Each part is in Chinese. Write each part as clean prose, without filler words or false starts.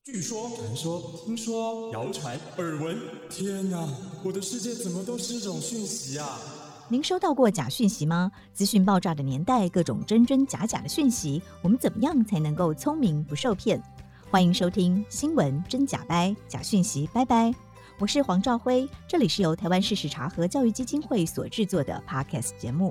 据说、传说、听说、谣传、耳闻，天哪，我的世界怎么都是这种讯息啊！ 您收到过假讯息吗？资讯爆炸的年代，各种真真假假的讯息，我们怎么样才能够聪明不受骗？欢迎收听新闻真假掰，假讯息拜拜。我是黄兆辉，这里是由台湾事实查核教育基金会所制作的 Podcast 节目。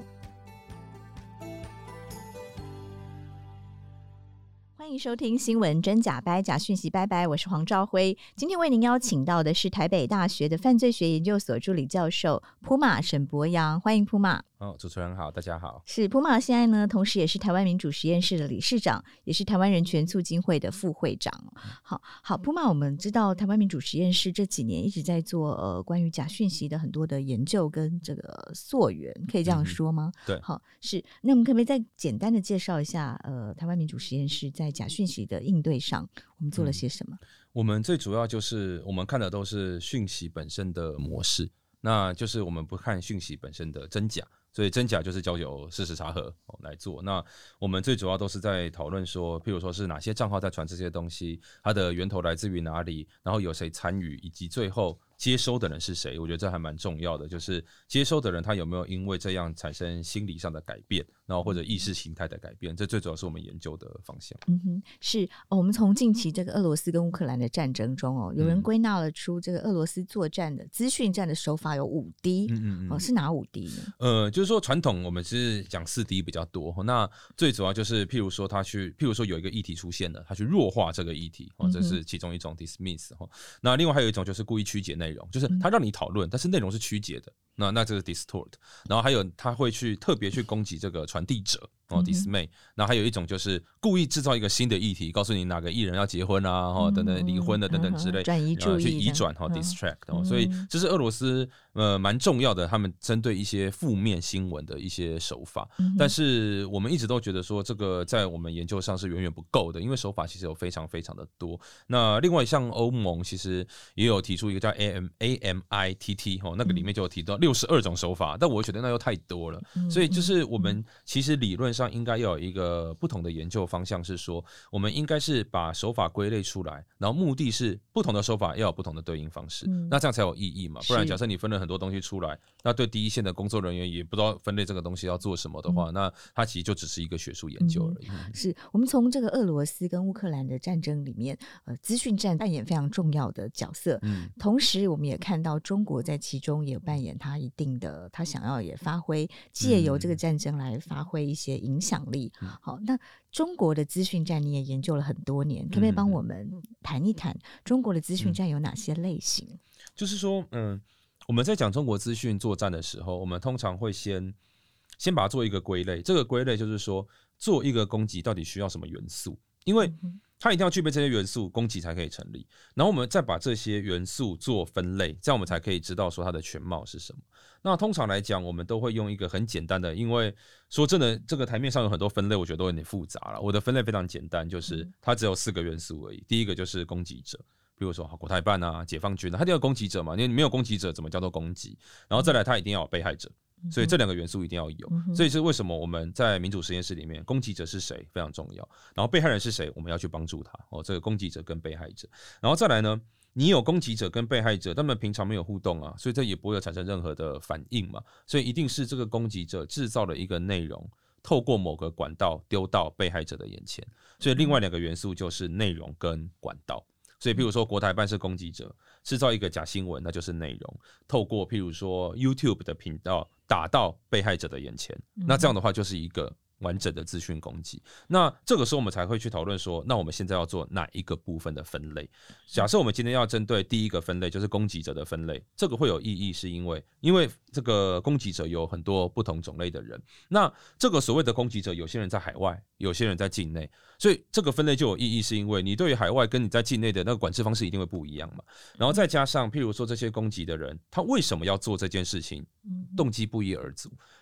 欢迎收听新闻真假掰，假讯息拜拜，我是黄兆辉。今天为您邀请到的是台北大学的犯罪学研究所助理教授普马沈博阳，欢迎普马。 主持人好，大家好。 是普马现在呢，同时也是台湾民主实验室的理事长，也是台湾人权促进会的副会长。好，普马，我们知道台湾民主实验室这几年一直在做关于假讯息的很多的研究跟这个溯源，可以这样说吗？ 对， 好，是。那我们可不可以再简单的介绍一下台湾民主实验室在假讯息的应对上，我们做了些什么？ 我们最主要就是我们看的都是讯息本身的模式，那就是我们不看讯息本身的真假。所以真假就是交由事实查核来做。那我们最主要都是在讨论说，譬如说是哪些账号在传这些东西，它的源头来自于哪里，然后有谁参与，以及最后接收的人是谁。我觉得这还蛮重要的，就是接收的人他有没有因为这样产生心理上的改变，然后或者意识形态的改变，这最主要是我们研究的方向。 是我们从近期这个俄罗斯跟乌克兰的战争中有人归纳了出这个俄罗斯作战的资讯战的手法有5D，是哪5D 呢？ 就是说传统我们是讲4D 比较多，那最主要就是譬如说有一个议题出现了，他去弱化这个议题，这是其中一种 dismiss。那另外还有一种就是故意曲解内容，就是他让你讨论，但是内容是曲解的，那这个 distort。然后还有他会特别去攻击这个传递者dismay。那还有一种就是故意制造一个新的议题，告诉你哪个艺人要结婚啊，等等离婚的等等之类， 转移注意， 去移转distract。所以这是俄罗斯蛮重要的，他们针对一些负面新闻的一些手法。但是我们一直都觉得说，这个在我们研究上是远远不够的，因为手法其实有非常非常的多。那另外像欧盟其实也有提出一个叫 AMITT， 那个里面就有提到62种手法，但我觉得那又太多了。所以就是我们其实理论上应该要有一个不同的研究方向，是说我们应该是把手法归类出来，然后目的是不同的手法要有不同的对应方式，那这样才有意义嘛。不然假设你分了很多东西出来，那对第一线的工作人员也不知道分类这个东西要做什么的话，那它其实就只是一个学术研究而已。 是我们从这个俄罗斯跟乌克兰的战争里面，资讯战扮演非常重要的角色。同时我们也看到中国在其中也有扮演它一定的，它想要也发挥，借由这个战争来发挥一些影响力。好，那中国的资讯战你也研究了很多年，可不可以帮我们谈一谈中国的资讯战有哪些类型？ 就是说，我们在讲中国资讯作战的时候，我们通常会先把它做一个归类。这个归类就是说，做一个攻击到底需要什么元素，因为它一定要具备这些元素，攻击才可以成立。然后我们再把这些元素做分类，这样我们才可以知道说它的全貌是什么。那通常来讲，我们都会用一个很简单的，因为说真的，这个台面上有很多分类，我觉得都有点复杂了。我的分类非常简单，就是它只有4个元素而已。第一个就是攻击者。比如说国台办啊、解放军啊，它一定要有攻击者嘛，你没有攻击者怎么叫做攻击？然后再来，它一定要有被害者，所以这2个元素一定要有。所以是为什么我们在民主实验室里面，攻击者是谁非常重要，然后被害人是谁，我们要去帮助他。这个攻击者跟被害者，然后再来呢，你有攻击者跟被害者，他们平常没有互动啊，所以这也不会有产生任何的反应嘛，所以一定是这个攻击者制造了一个内容，透过某个管道丢到被害者的眼前。所以另外2个元素就是内容跟管道。所以譬如说国台办是攻击者，制造一个假新闻，那就是内容，透过譬如说 YouTube 的频道打到被害者的眼前，那这样的话就是一个完整的资讯攻击。那这个时候我们才会去讨论说，那我们现在要做哪一个部分的分类。假设我们今天要针对第一个分类，就是攻击者的分类，这个会有意义，是因为这个攻击者有很多不同种类的人，那这个所谓的攻击者，有些人在海外，有些人在境内，所以这个分类就有意义，是因为你对于海外跟你在境内的那个管制方式一定会不一样嘛。然后再加上譬如说这些攻击的人，他为什么要做这件事情，动机不一而足。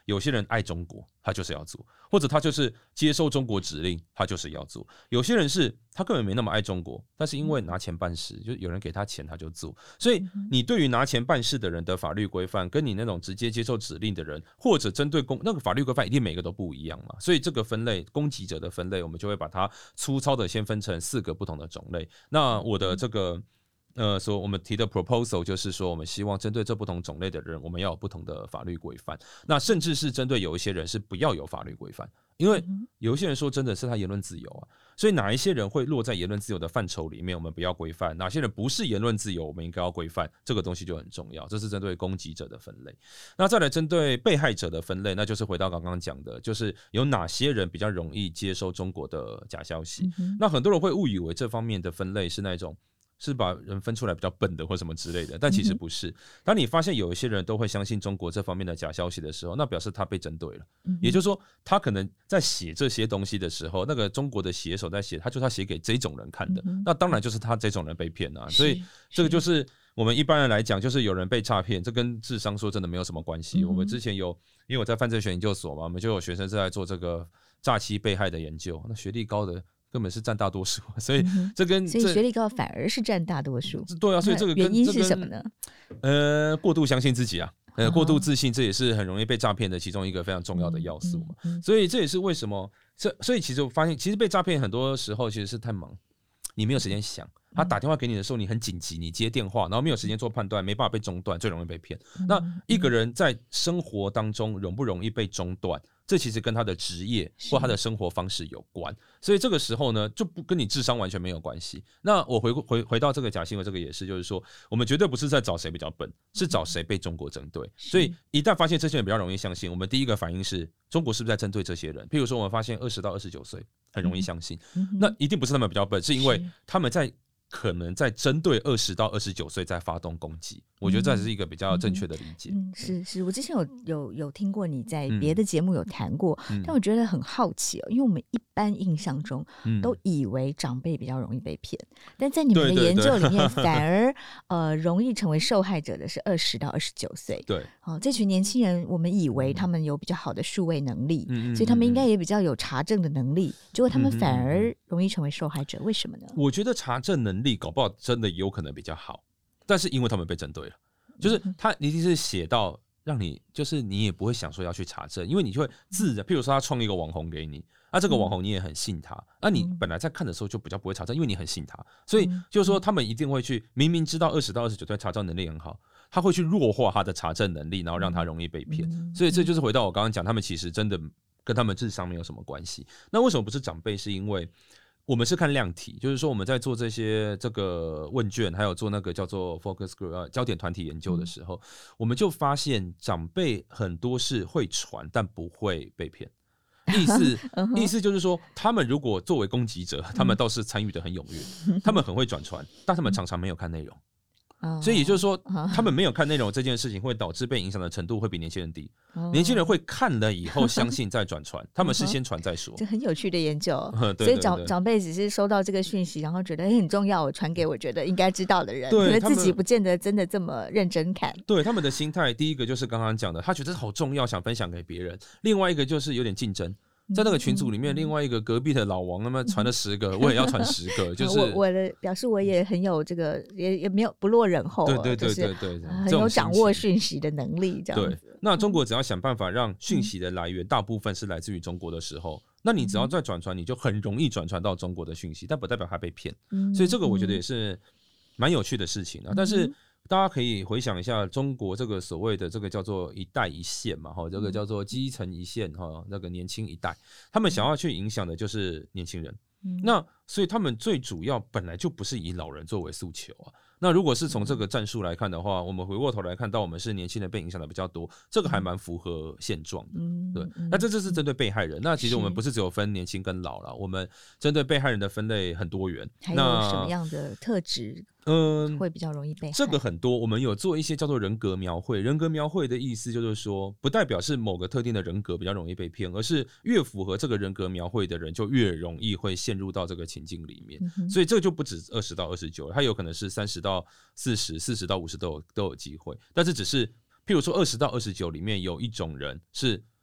有些人爱中国，他就是要做，或者他就是接受中国指令，他就是要做。有些人是他根本没那么爱中国，但是因为拿钱办事，就有人给他钱他就做。所以你对于拿钱办事的人的法律规范，跟你那种直接接受指令的人，或者针对那个法律规范，一定每个都不一样嘛。所以这个分类，攻击者的分类，我们就会把它粗糙的先分成4个不同的种类。那我的这个所以我们提的 proposal 就是说，我们希望针对这不同种类的人，我们要有不同的法律规范。那甚至是针对有一些人是不要有法律规范，因为有一些人说真的是他言论自由啊，所以哪一些人会落在言论自由的范畴里面，我们不要规范；哪些人不是言论自由，我们应该要规范。这个东西就很重要。这是针对攻击者的分类。那再来针对被害者的分类，那就是回到刚刚讲的，就是有哪些人比较容易接收中国的假消息。那很多人会误以为这方面的分类是那种是把人分出来比较笨的或什么之类的，但其实不是。当你发现有一些人都会相信中国这方面的假消息的时候，那表示他被针对了。也就是说，他可能在写这些东西的时候，那个中国的写手在写，他写给这种人看的，那当然就是他这种人被骗啊。所以这个就是我们一般人来讲，就是有人被诈骗，这跟智商说真的没有什么关系。我们之前因为我在犯罪学研究所嘛，我们就有学生是在做这个诈欺被害的研究，那学历高的根本是占大多数，所以所以学历高反而是占大多数。 对啊，所以这个原因是什么呢？ 过度相信自己啊，过度自信，这也是很容易被诈骗的其中一个非常重要的要素嘛。所以这也是为什么，所以其实我发现，其实被诈骗很多时候其实是太忙，你没有时间想。他打电话给你的时候，你很紧急，你接电话，然后没有时间做判断，没办法被中断，最容易被骗。那一个人在生活当中容不容易被中断，这其实跟他的职业或他的生活方式有关。所以这个时候呢，就不跟你智商完全没有关系。那我回到这个假新闻，这个也是，就是说，我们绝对不是在找谁比较笨，是找谁被中国针对。所以一旦发现这些人比较容易相信，我们第一个反应是中国是不是在针对这些人？譬如说，我们发现20到29岁很容易相信，那一定不是他们比较笨，是因为他们可能在针对20到29岁在发动攻击。我觉得这是一个比较正确的理解。 是我之前有听过你在别的节目有谈过，但我觉得很好奇因为我们一般印象中都以为长辈比较容易被骗，但在你们的研究里面反而容易成为受害者的是20到29岁。 对， 这群年轻人我们以为他们有比较好的数位能力，所以他们应该也比较有查证的能力，结果他们反而容易成为受害者，为什么呢？ 我觉得查证能力搞不好真的有可能比较好，但是因为他们被针对了，就是他一定是写到让你，就是你也不会想说要去查证，因为你就会自然，譬如说他创一个网红给你，这个网红你也很信他，你本来在看的时候就比较不会查证，因为你很信他，所以就是说他们一定会去，明明知道20到29岁查证能力很好，他会去弱化他的查证能力，然后让他容易被骗。所以这就是回到我刚刚讲，他们其实真的跟他们智商没有什么关系。那为什么不是长辈？是因为我们是看量体，就是说我们在做这个问卷，还有做那个叫做 focus group 焦点团体研究的时候，我们就发现长辈很多是会传，但不会被骗。意思就是说，他们如果作为攻击者，他们倒是参与的很踊跃，他们很会转传，但他们常常没有看内容。所以也就是说，他们没有看内容这件事情，会导致被影响的程度会比年轻人低。年轻人会看了以后相信再转传，他们是先传再说。 这很有趣的研究。 对， 所以长辈只是收到这个讯息，然后觉得很重要，我传给我觉得应该知道的人，可能自己不见得真的这么认真看。 对，他们的心态，第一个就是刚刚讲的，他觉得好重要，想分享给别人；另外一个就是有点竞争。在那个群组里面，另外一个隔壁的老王，那么传了10个，我也要传10个，就是我的表示我也很有这个，也没有不落人后， 对， 很有掌握讯息的能力，这样子。 对，那中国只要想办法让讯息的来源大部分是来自于中国的时候，那你只要再转传，你就很容易转传到中国的讯息，但不代表他被骗。所以这个我觉得也是蛮有趣的事情啊。但是大家可以回想一下，中国这个所谓的这个叫做一代一线嘛，这个叫做基层一线，那个年轻一代，他们想要去影响的就是年轻人。那所以他们最主要本来就不是以老人作为诉求啊。那如果是从这个战术来看的话，我们回过头来看到我们是年轻人被影响的比较多，这个还蛮符合现状的。对，那这是针对被害人。那其实我们不是只有分年轻跟老啦，我们针对被害人的分类很多元。 还有什么样的特质会比较容易被害？ 这个很多，我们有做一些叫做人格描绘。人格描绘的意思就是说，不代表是某个特定的人格比较容易被骗，而是越符合这个人格描绘的人，就越容易会陷入到这个情境里面。所以这个就不止20到29，它有可能是30到40、40到50都有机会。但是只是譬如说20到29里面有一种人是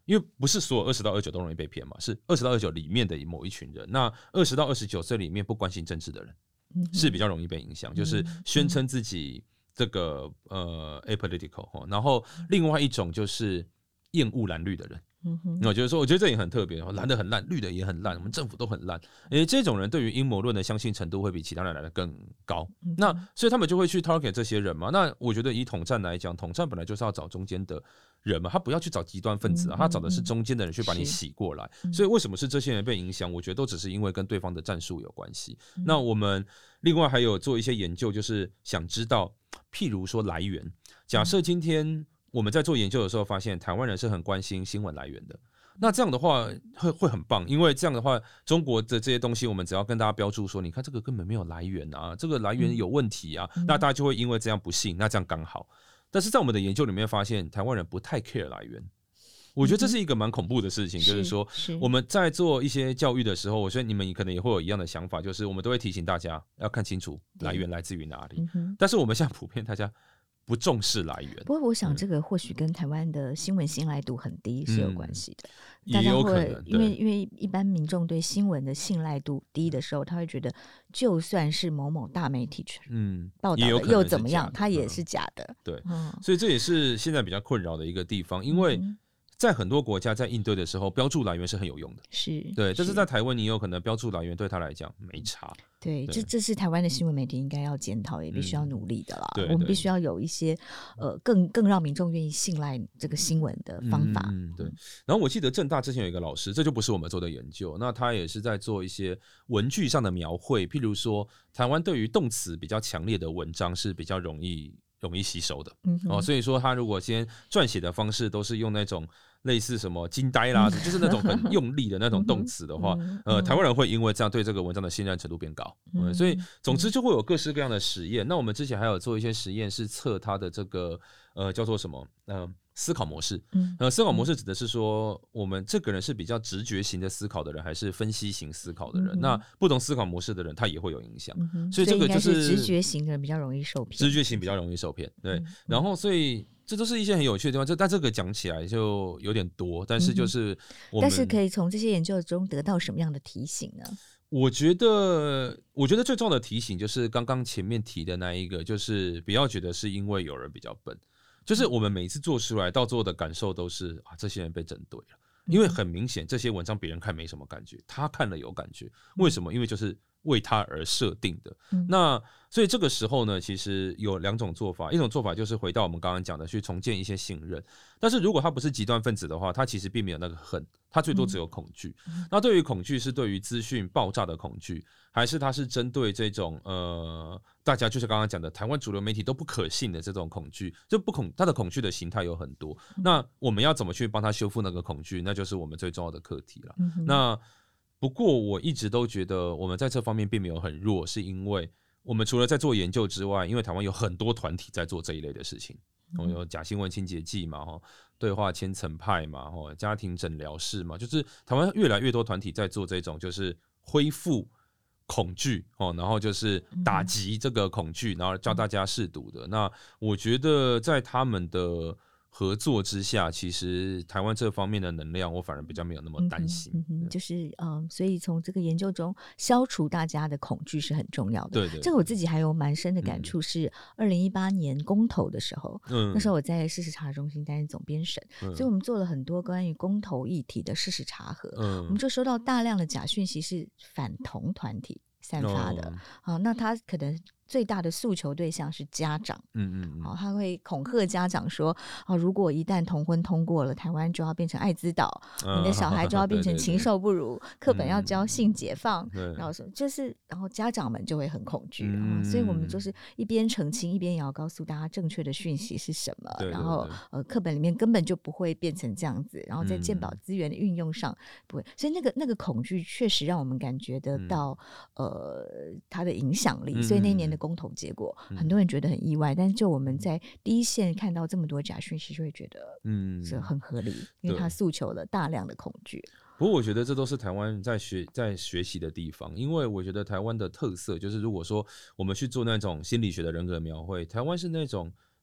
因为不是所有20到29都容易被骗嘛，是20到29里面的某一群人。那20到29岁里面不关心政治的人，是比较容易被影响，就是宣称自己这个apolitical， 然后另外一种就是厌恶蓝绿的人。我觉得这也很特别，蓝的很烂，绿的也很烂，我们政府都很烂。这种人对于阴谋论的相信程度会比其他人来的更高。那所以他们就会去 target 这些人嘛。那我觉得以统战来讲，统战本来就是要找中间的人嘛，他不要去找极端分子啊，他找的是中间的人去把你洗过来。所以为什么是这些人被影响？我觉得都只是因为跟对方的战术有关系。那我们另外还有做一些研究，就是想知道，譬如说来源。假设今天我们在做研究的时候，发现台湾人是很关心新闻来源的。那这样的话会很棒，因为这样的话，中国的这些东西，我们只要跟大家标注说，你看这个根本没有来源啊，这个来源有问题啊，那大家就会因为这样不信，那这样刚好。但是在我们的研究里面发现，台湾人不太 care 来源。我觉得这是一个蛮恐怖的事情，就是说我们在做一些教育的时候，我觉得你们可能也会有一样的想法，就是我们都会提醒大家要看清楚来源来自于哪里。但是我们现在普遍大家不重视来源。 不过我想这个或许跟台湾的新闻信赖度很低是有关系的。 也有可能， 因为一般民众对新闻的信赖度低的时候，他会觉得就算是某某大媒体报道的又怎么样，它也是假的。 对，所以这也是现在比较困扰的一个地方，因为在很多国家在应对的时候，标注来源是很有用的。对，但是在台湾你有可能标注来源对他来讲没差。 对，这是台湾的新闻媒体应该要检讨，也必须要努力的啦。我们必须要有一些更让民众愿意信赖这个新闻的方法。 对。然后我记得政大之前有一个老师，这就不是我们做的研究，那他也是在做一些文句上的描绘，譬如说台湾对于动词比较强烈的文章是比较容易吸收的。所以说他如果先撰写的方式都是用那种类似什么惊呆啦，就是那种很用力的那种动词的话，台湾人会因为这样对这个文章的信任程度变高。所以总之就会有各式各样的实验。那我们之前还有做一些实验是测它的这个叫做什么思考模式。思考模式指的是说我们这个人是比较直觉型的思考的人，还是分析型思考的人。那不同思考模式的人他也会有影响。所以这个就是直觉型的人比较容易受骗。 直觉型比较容易受骗。对。然后所以这都是一些很有趣的地方，但这个讲起来就有点多，但是就是但是可以从这些研究中得到什么样的提醒呢？ 我觉得最重要的提醒就是刚刚前面提的那一个，就是不要觉得是因为有人比较笨，就是我们每次做出来到最后的感受都是这些人被针对了，因为很明显这些文章别人看没什么感觉，他看了有感觉，为什么？因为就是为他而设定的。那所以这个时候呢，其实有两种做法，一种做法就是回到我们刚刚讲的，去重建一些信任。但是如果他不是极端分子的话，他其实并没有那个恨，他最多只有恐惧。那对于恐惧，是对于资讯爆炸的恐惧，还是他是针对这种大家就是刚刚讲的台湾主流媒体都不可信的这种恐惧？他的恐惧的形态有很多。那我们要怎么去帮他修复那个恐惧？那就是我们最重要的课题了。那不过我一直都觉得我们在这方面并没有很弱，是因为我们除了在做研究之外，因为台湾有很多团体在做这一类的事情。有假新闻清洁剂嘛，对话千层派嘛，家庭诊疗室嘛，就是台湾越来越多团体在做这种就是恢复恐惧，然后就是打击这个恐惧，然后教大家识读的。那我觉得在他们的合作之下，其实台湾这方面的能量，我反而比较没有那么担心。 就是所以从这个研究中消除大家的恐惧是很重要的。 对， 这个我自己还有蛮深的感触，是2018年公投的时候，那时候我在事实查中心担任总编审，所以我们做了很多关于公投议题的事实查核，我们就收到大量的假讯息是反同团体散发的。那他可能最大的诉求对象是家长。他会恐吓家长说，如果一旦同婚通过了，台湾就要变成艾滋岛，你的小孩就要变成禽兽不如，课本要教性解放，然后家长们就会很恐惧。所以我们就是一边澄清，一边也要告诉大家正确的讯息是什么，然后课本里面根本就不会变成这样子，然后在健保资源的运用上不会，所以那个恐惧确实让我们感觉得到它的影响力。所以那年的公投结果，很多人觉得很意外，但是就我们在第一线看到这么多假讯息，就会觉得是很合理，因为它诉求了大量的恐惧。 不过我觉得这都是台湾在学习的地方，因为我觉得台湾的特色就是，如果说我们去做那种心理学的人格描绘，台湾是那种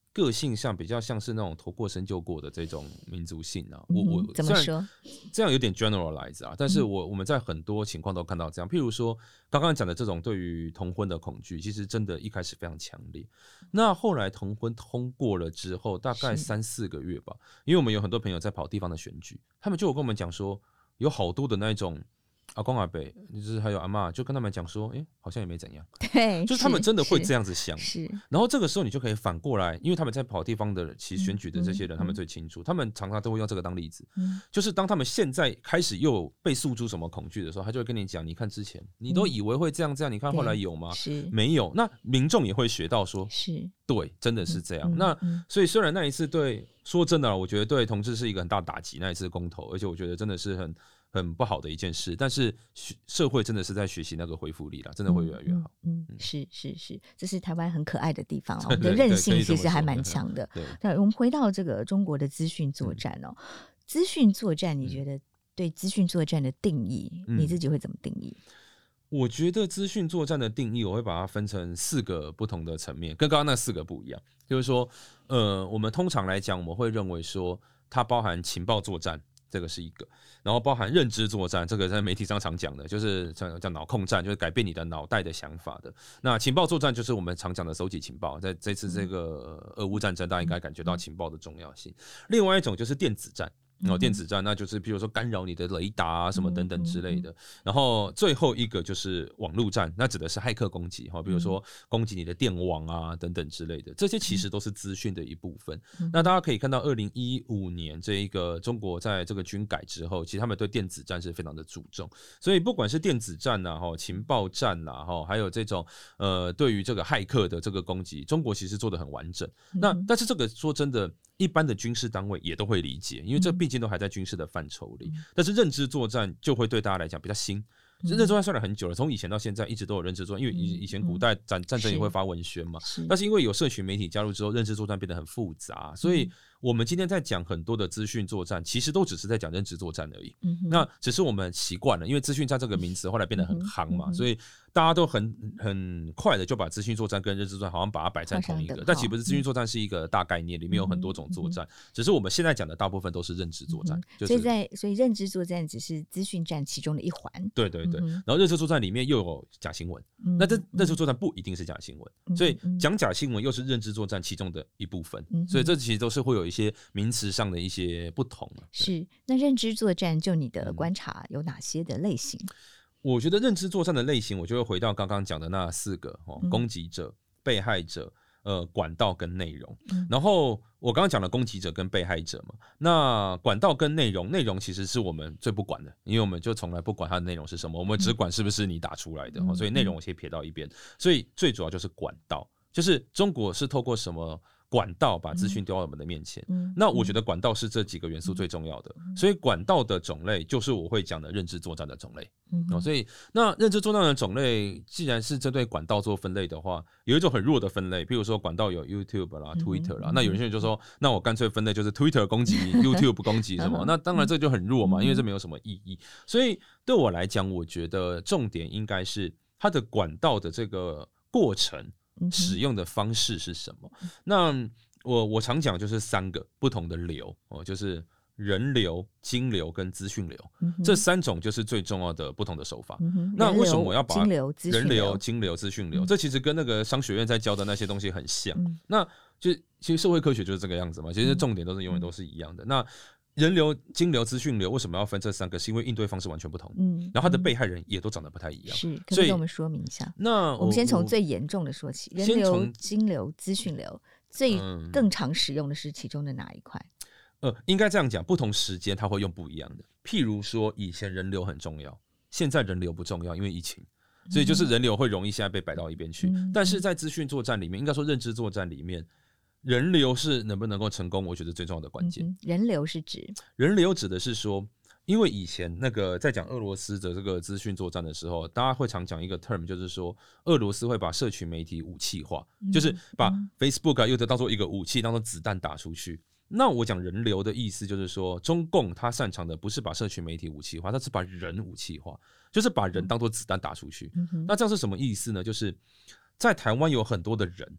个性上比较像是那种投过身救过的这种民族性啊。我怎么说？ 这样有点 generalize 啊，但是我们在很多情况都看到这样。譬如说刚刚讲的这种对于同婚的恐惧，其实真的一开始非常强烈。那后来同婚通过了之后，大概3-4个月吧，因为我们有很多朋友在跑地方的选举，他们就有跟我们讲说，有好多的那种。阿公阿伯，就是还有阿嬷，就跟他们讲说，好像也没怎样， 对， 就是他们真的会这样子想。 是， 然后这个时候你就可以反过来，因为他们在跑地方的其实选举的这些人，他们最清楚，他们常常都会用这个当例子，就是当他们现在开始又被诉诸什么恐惧的时候，他就会跟你讲，你看之前你都以为会这样，你看后来有吗？ 是， 没有。那民众也会学到说， 是对，真的是这样。那所以虽然那一次说真的，我觉得对同志是一个很大的打击，那一次公投，而且我觉得真的是很不好的一件事，但是社会真的是在学习那个恢复力啦，真的会越来越好。 是，这是台湾很可爱的地方我们的韧性其实还蛮强的。对，我们回到这个中国的资讯作战资讯作战，你觉得对资讯作战的定义，你自己会怎么定义？ 我觉得资讯作战的定义，我会把它分成4个不同的层面，跟刚刚那4个不一样。就是说，我们通常来讲，我们会认为说，它包含情报作战。这个是一个，然后包含认知作战，这个在媒体上常讲的，就是叫脑控战，就是改变你的脑袋的想法的。那情报作战就是我们常讲的收集情报，在这次这个俄乌战争，大家应该感觉到情报的重要性。另外一种就是电子战。电子战那就是譬如说干扰你的雷达啊什么等等之类的。然后最后一个就是网络战，那指的是骇客攻击，比如说攻击你的电网啊等等之类的，这些其实都是资讯的一部分。那大家可以看到2015年这一个中国在这个军改之后，其实他们对电子战是非常的注重，所以不管是电子战啊、情报战啊，还有这种对于这个骇客的这个攻击，中国其实做得很完整。那但是这个说真的，一般的军事单位也都会理解，因为这毕竟都还在军事的范畴里。但是认知作战就会对大家来讲比较新。认知作战算了很久了，从以前到现在一直都有认知作战，因为以前古代战争也会发文宣嘛。但是因为有社群媒体加入之后，认知作战变得很复杂，所以我们今天在讲很多的资讯作战，其实都只是在讲认知作战而已。那只是我们习惯了，因为资讯战这个名词后来变得很夯嘛，所以大家都很快的就把资讯作战跟认知作战好像把它摆在同一个，但其实不是，资讯作战是一个大概念，里面有很多种作战，只是我们现在讲的大部分都是认知作战。 所以认知作战只是资讯战其中的一环。 对。然后认知作战里面又有假新闻，那这认知作战不一定是假新闻，所以讲假新闻又是认知作战其中的一部分，所以这其实都是会有一些名词上的一些不同。 是，那认知作战就你的观察有哪些的类型？ 我觉得认知作战的类型，我就会回到刚刚讲的那4个攻击者、被害者、管道跟内容。然后我刚刚讲了攻击者跟被害者嘛，那管道跟内容其实是我们最不管的，因为我们就从来不管它的内容是什么，我们只管是不是你打出来的，所以内容我先撇到一边。所以最主要就是管道，就是中国是透过什么管道把资讯丢到我们的面前。那我觉得管道是这几个元素最重要的，所以管道的种类就是我会讲的认知作战的种类。所以那认知作战的种类既然是针对管道做分类的话，有一种很弱的分类，譬如说管道有 YouTube 啦、Twitter 啦，那有些人就说，那我干脆分类就是 Twitter 攻击YouTube 攻击什么，那当然这就很弱嘛，因为这没有什么意义。所以对我来讲，我觉得重点应该是它的管道的这个过程使用的方式是什么。那我常讲就是3个不同的流，就是人流、金流跟资讯流，这3种就是最重要的不同的手法。那为什么我要把人流、金流、资讯流？这其实跟那个商学院在教的那些东西很像。那就其实社会科学就是这个样子嘛，其实重点都是永远都是一样的。那人流、金流、资讯流为什么要分这3个？是因为应对方式完全不同，然后他的被害人也都长得不太一样。 是，可不可以跟我们说明一下？那我们先从最严重的说起，人流、金流、资讯流，更常使用的是其中的哪一块？ 应该这样讲，不同时间它会用不一样的。譬如说，以前人流很重要，现在人流不重要，因为疫情，所以就是人流会容易现在被摆到一边去。但是在资讯作战里面，应该说认知作战里面，人流是能不能够成功，我觉得最重要的关键。 人流是指？ 人流指的是说，因为以前那个在讲俄罗斯的这个资讯作战的时候，大家会常讲一个 term， 就是说俄罗斯会把社群媒体武器化，就是把 Facebook 又当做一个武器，当做子弹打出去。那我讲人流的意思就是说，中共他擅长的不是把社群媒体武器化，他是把人武器化，就是把人当作子弹打出去。那这样是什么意思呢？就是在台湾有很多的人，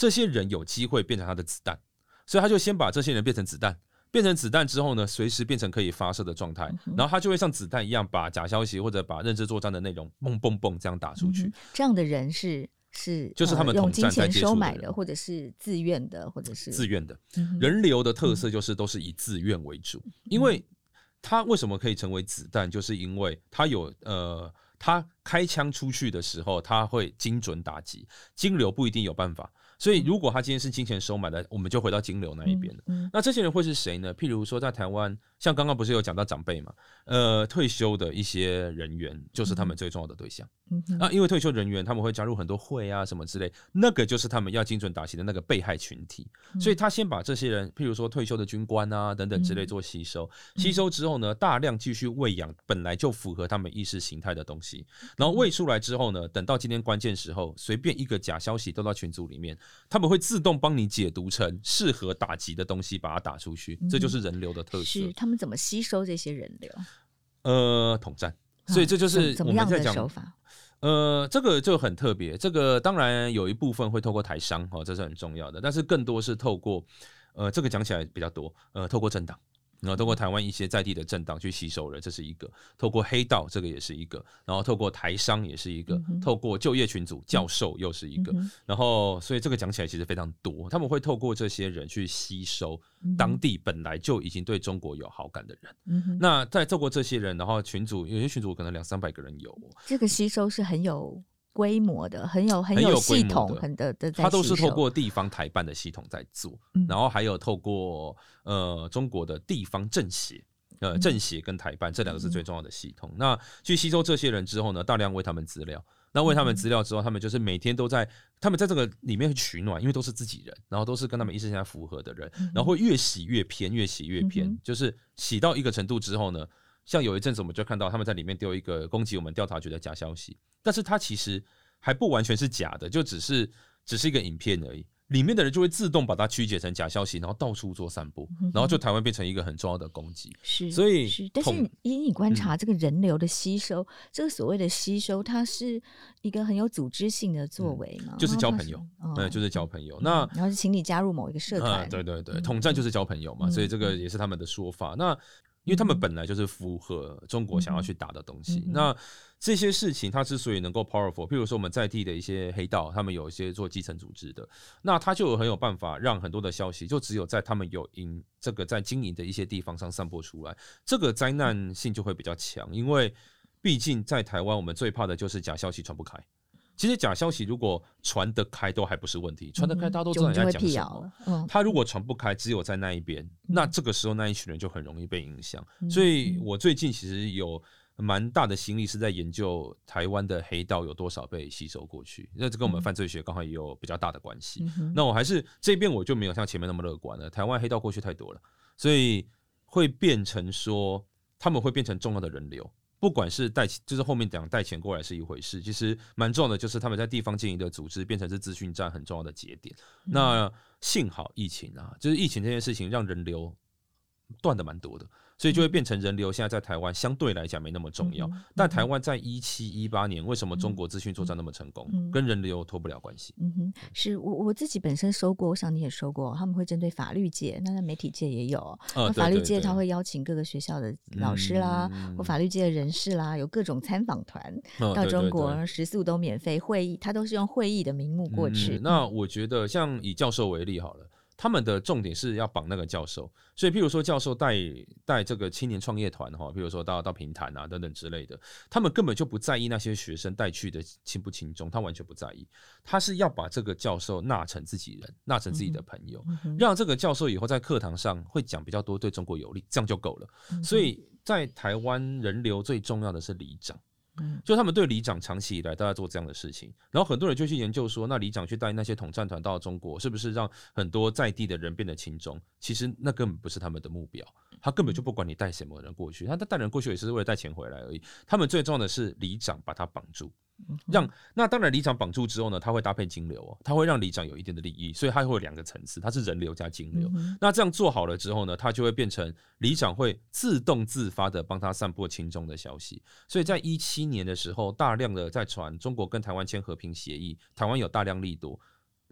这些人有机会变成他的子弹，所以他就先把这些人变成子弹。变成子弹之后呢，随时变成可以发射的状态，然后他就会像子弹一样，把假消息或者把认知作战的内容蹦蹦蹦这样打出去。 这样的人就是他们用金钱收买的， 的，或者是自愿的，或者是自愿的。人流的特色就是都是以自愿为主，因为他为什么可以成为子弹，就是因为他有他开枪出去的时候，他会精准打击，金流不一定有办法。所以如果他今天是金钱收买的，我们就回到金流那一边了。那这些人会是谁呢？譬如说在台湾，像刚刚不是有讲到长辈嘛，退休的一些人员就是他们最重要的对象。因为退休人员他们会加入很多会啊什么之类，那个就是他们要精准打击的那个被害群体。所以他先把这些人，譬如说退休的军官啊等等之类做吸收，吸收之后呢，大量继续喂养本来就符合他们意识形态的东西，然后喂出来之后呢，等到今天关键时候，随便一个假消息都到群组里面，他们会自动帮你解读成适合打击的东西，把它打出去。这就是人流的特色。 是他们怎么吸收这些人流？ 统战。所以这就是我们在讲手法。 这个就很特别。这个当然有一部分会透过台商，这是很重要的，但是更多是透过这个讲起来比较多，透过政党。然后透过台湾一些在地的政党去吸收人，这是一个；透过黑道，这个也是一个；然后透过台商也是一个；透过就业群组教授又是一个。然后，所以这个讲起来其实非常多，他们会透过这些人去吸收当地本来就已经对中国有好感的人。那再透过这些人，然后群组有些群组可能200-300个人有， 这个吸收是很有规模的，很有系统， 它都是透过地方台办的系统在做，然后还有透过中国的地方政协。政协跟台办这两个是最重要的系统。那去吸收这些人之后呢，大量喂他们资料。那喂他们资料之后，他们就是每天都在，他们在这个里面取暖，因为都是自己人，然后都是跟他们意识形态符合的人，然后会越洗越偏，越洗越偏，就是洗到一个程度之后呢。像有一阵子我们就看到他们在里面丢一个攻击我们调查局的假消息，但是它其实还不完全是假的，就只是一个影片而已。里面的人就会自动把它曲解成假消息，然后到处做散播，然后就台湾变成一个很重要的攻击。 所以但是以你观察这个人流的吸收，这个所谓的吸收，它是一个很有组织性的作为嘛？ 就是交朋友，就是交朋友。那然后是请你加入某一个社团， 对，统战就是交朋友嘛，所以这个也是他们的说法。那因为他们本来就是符合中国想要去打的东西，那这些事情它之所以能够 powerful， 譬如说我们在地的一些黑道，他们有一些做基层组织的，那他就很有办法让很多的消息就只有在他们有这个在经营的一些地方上散播出来，这个灾难性就会比较强，因为毕竟在台湾我们最怕的就是假消息传不开。其实假消息如果传得开都还不是问题，传得开大家都知道你在讲什么。他如果传不开，只有在那一边，那这个时候那一群人就很容易被影响。所以我最近其实有蛮大的心力是在研究台湾的黑道有多少被吸收过去，那这跟我们犯罪学刚好也有比较大的关系。那我还是这边我就没有像前面那么乐观了，台湾黑道过去太多了，所以会变成说他们会变成重要的人流。不管是就是后面讲带钱过来是一回事，其实蛮重要的就是他们在地方经营的组织变成是资讯站很重要的节点。那幸好疫情啊，就是疫情这件事情让人流断的蛮多的，所以就会变成人流现在在台湾相对来讲没那么重要。但台湾在17、18年为什么中国资讯作战那么成功，跟人流脱不了关系。 是我自己本身收过，我想你也收过，他们会针对法律界，那媒体界也有。那法律界他会邀请各个学校的老师啦，或法律界的人士啦，有各种参访团到中国，食宿都免费，会议他都是用会议的名目过去。 那我觉得像以教授为例好了。他们的重点是要绑那个教授，所以譬如说教授带这个青年创业团哈，譬如说到平潭啊等等之类的，他们根本就不在意那些学生带去的轻不轻重，他完全不在意，他是要把这个教授纳成自己人，纳成自己的朋友，让这个教授以后在课堂上会讲比较多对中国有利，这样就够了。所以在台湾人流最重要的是里长。就他们对里长长期以来都在做这样的事情，然后很多人就去研究说，那里长去带那些统战团到中国，是不是让很多在地的人变得轻重？其实那根本不是他们的目标，他根本就不管你带什么人过去，他带人过去也是为了带钱回来而已。他们最重要的是里长把他绑住。那当然里长绑住之后呢，他会搭配金流他会让里长有一定的利益，所以他会有2个层次，他是人流加金流。那这样做好了之后呢，他就会变成里长会自动自发的帮他散播轻重的消息。所以在17年的时候，大量的在传中国跟台湾签和平协议，台湾有大量利多，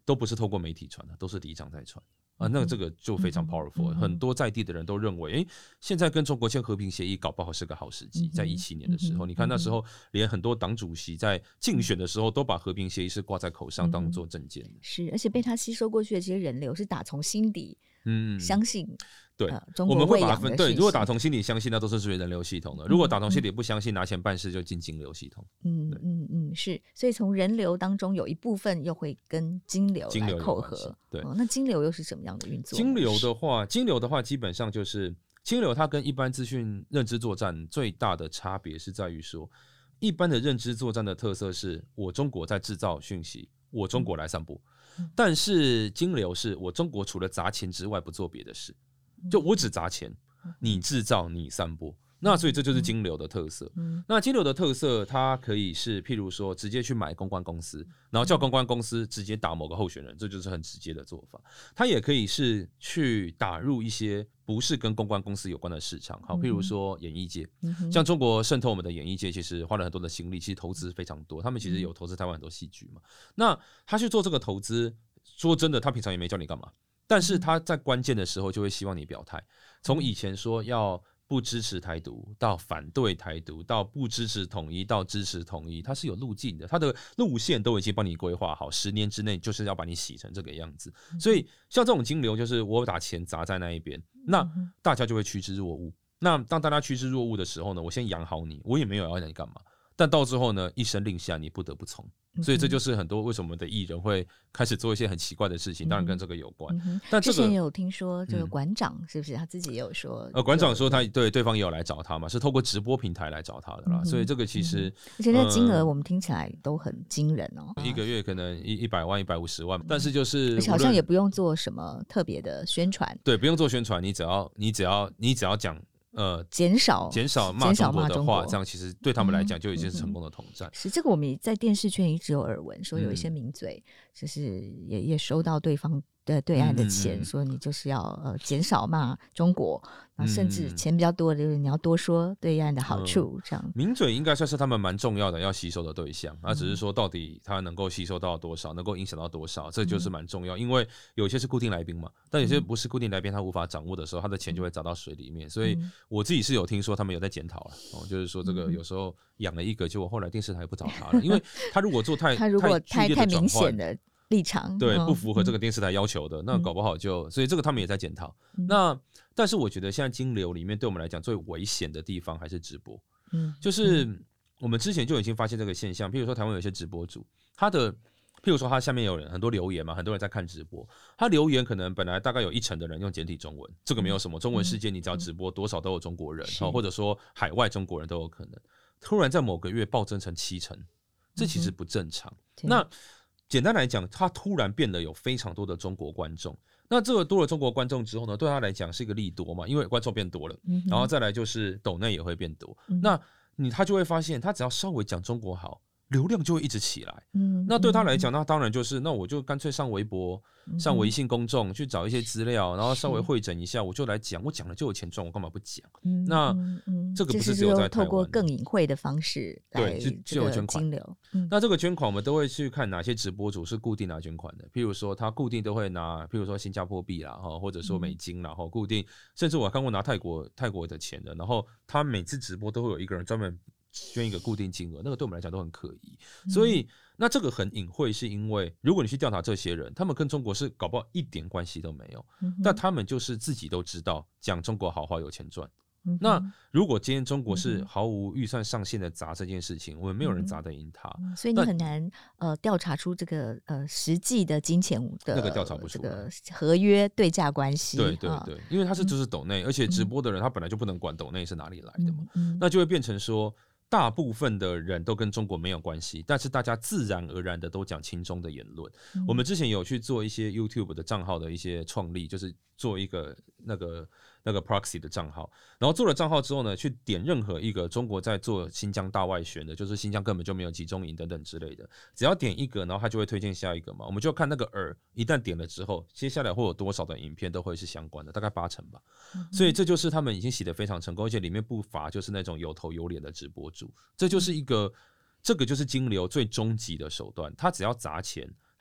都不是透过媒体传的，都是里长在传。那这个就非常 powerful，很多在地的人都认为，现在跟中国签和平协议搞不好是个好时机。在17年的时候，你看那时候连很多党主席在竞选的时候都把和平协议是挂在口上当做政见的。 是，而且被他吸收过去的这些人流是打从心底相信。 对， 中国我们会把它分对。如果打从心里相信，那都是属于人流系统的；如果打从心里不相信，拿钱办事就进金流系统。 是。所以从人流当中有一部分又会跟金流来扣合。 对， 那金流又是什么样的运作？ 金流的话，基本上就是金流，它跟一般资讯认知作战最大的差别是在于说，一般的认知作战的特色是我中国在制造讯息，我中国来散布。但是金流是我中国除了砸钱之外不做别的事。就我只砸钱，你制造，你散播，那所以这就是金流的特色。那金流的特色，它可以是譬如说直接去买公关公司，然后叫公关公司直接打某个候选人，这就是很直接的做法。它也可以是去打入一些不是跟公关公司有关的市场，好，譬如说演艺界，像中国渗透我们的演艺界，其实花了很多的心力，其实投资非常多，他们其实有投资台湾很多戏剧嘛。那他去做这个投资，说真的，他平常也没叫你干嘛。但是他在关键的时候就会希望你表态，从以前说要不支持台独，到反对台独，到不支持统一，到支持统一，它是有路径的，它的路线都已经帮你规划好，10年之内就是要把你洗成这个样子。所以像这种金流，就是我把钱砸在那一边，那大家就会趋之若鹜。那当大家趋之若鹜的时候呢，我先养好你，我也没有要让你干嘛，但到最后呢，一声令下，你不得不从。所以这就是很多为什么我们的艺人会开始做一些很奇怪的事情，当然跟这个有关。但之前也有听说这个馆长是不是他自己也有说？ 馆长说他对方也有来找他嘛，是透过直播平台来找他的啦。所以这个其实， 而且那金额我们听起来都很惊人哦， 一个月可能100万、150万，但是就是而且好像也不用做什么特别的宣传， 对，不用做宣传，你只要讲。减少骂中国的话，这样其实对他们来讲就已经是成功的统战。 是这个，我们在电视圈一直有耳闻，说有一些名嘴，就是也收到对方的对岸的钱，说你就是要减少骂中国，甚至钱比较多的就是你要多说对岸的好处，这样。 名嘴应该算是他们蛮重要的要吸收的对象，只是说到底他能够吸收到多少，能够影响到多少，这就是蛮重要。因为有些是固定来宾嘛，但有些不是固定来宾，他无法掌握的时候，他的钱就会砸到水里面。所以我自己是有听说他们有在检讨了，就是说这个有时候养了一个，结果后来电视台不找他了，因为他如果做太明显的立场， 对，不符合这个电视台要求的，那搞不好就，所以这个他们也在检讨。那但是我觉得现在金流里面对我们来讲最危险的地方还是直播，就是我们之前就已经发现这个现象，譬如说台湾有一些直播主，譬如说他下面有很多留言嘛，很多人在看直播，他留言可能本来大概有1成的人用简体中文，这个没有什么，中文世界你只要直播多少都有中国人，或者说海外中国人都有可能，突然在某个月暴增成7成，这其实不正常。那简单来讲，他突然变得有非常多的中国观众，那这个多了中国观众之后呢，对他来讲是一个利多嘛，因为观众变多了，然后再来就是抖内也会变多，那他就会发现，他只要稍微讲中国好，流量就会一直起来。那对他来讲，那当然就是，那我就干脆上微博、上微信公众去找一些资料，然后稍微汇整一下，我就来讲，我讲了就有钱赚，我干嘛不讲？那这个不是只有在台湾， 透过更隐晦的方式来就有捐款流。 那这个捐款我们都会去看哪些直播主是固定拿捐款的，譬如说他固定都会拿，譬如说新加坡币啦，或者说美金啦，固定，甚至我看过拿泰国的钱的，然后他每次直播都会有一个人专门捐一个固定金额，那个对我们来讲都很可疑。所以那这个很隐晦，是因为如果你去调查这些人，他们跟中国是搞不好一点关系都没有，但他们就是自己都知道讲中国好话有钱赚。那如果今天中国是毫无预算上限的砸这件事情，我们没有人砸得赢他， 所以你很难调查出这个实际的金钱的那个调查不出来， 这个合约对价关系。 对，因为他是就是抖内，而且直播的人他本来就不能管抖内是哪里来的嘛，那就会变成说，大部分的人都跟中国没有关系，但是大家自然而然的都讲亲中的言论。我们之前有去做一些 YouTube 的账号的一些创立，就是做一个那个 proxy 的账号，然后做了账号之后呢，去点任何一个中国在做新疆大外宣的，就是新疆根本就没有集中营等等之类的，只要点一个，然后他就会推荐下一个嘛。我们就看那个一旦点了之后，接下来会有多少的影片都会是相关的，大概8成吧。所以这就是他们已经洗得非常成功，而且里面不乏就是那种有头有脸的直播主，这个就是金流最终极的手段。他只要砸钱，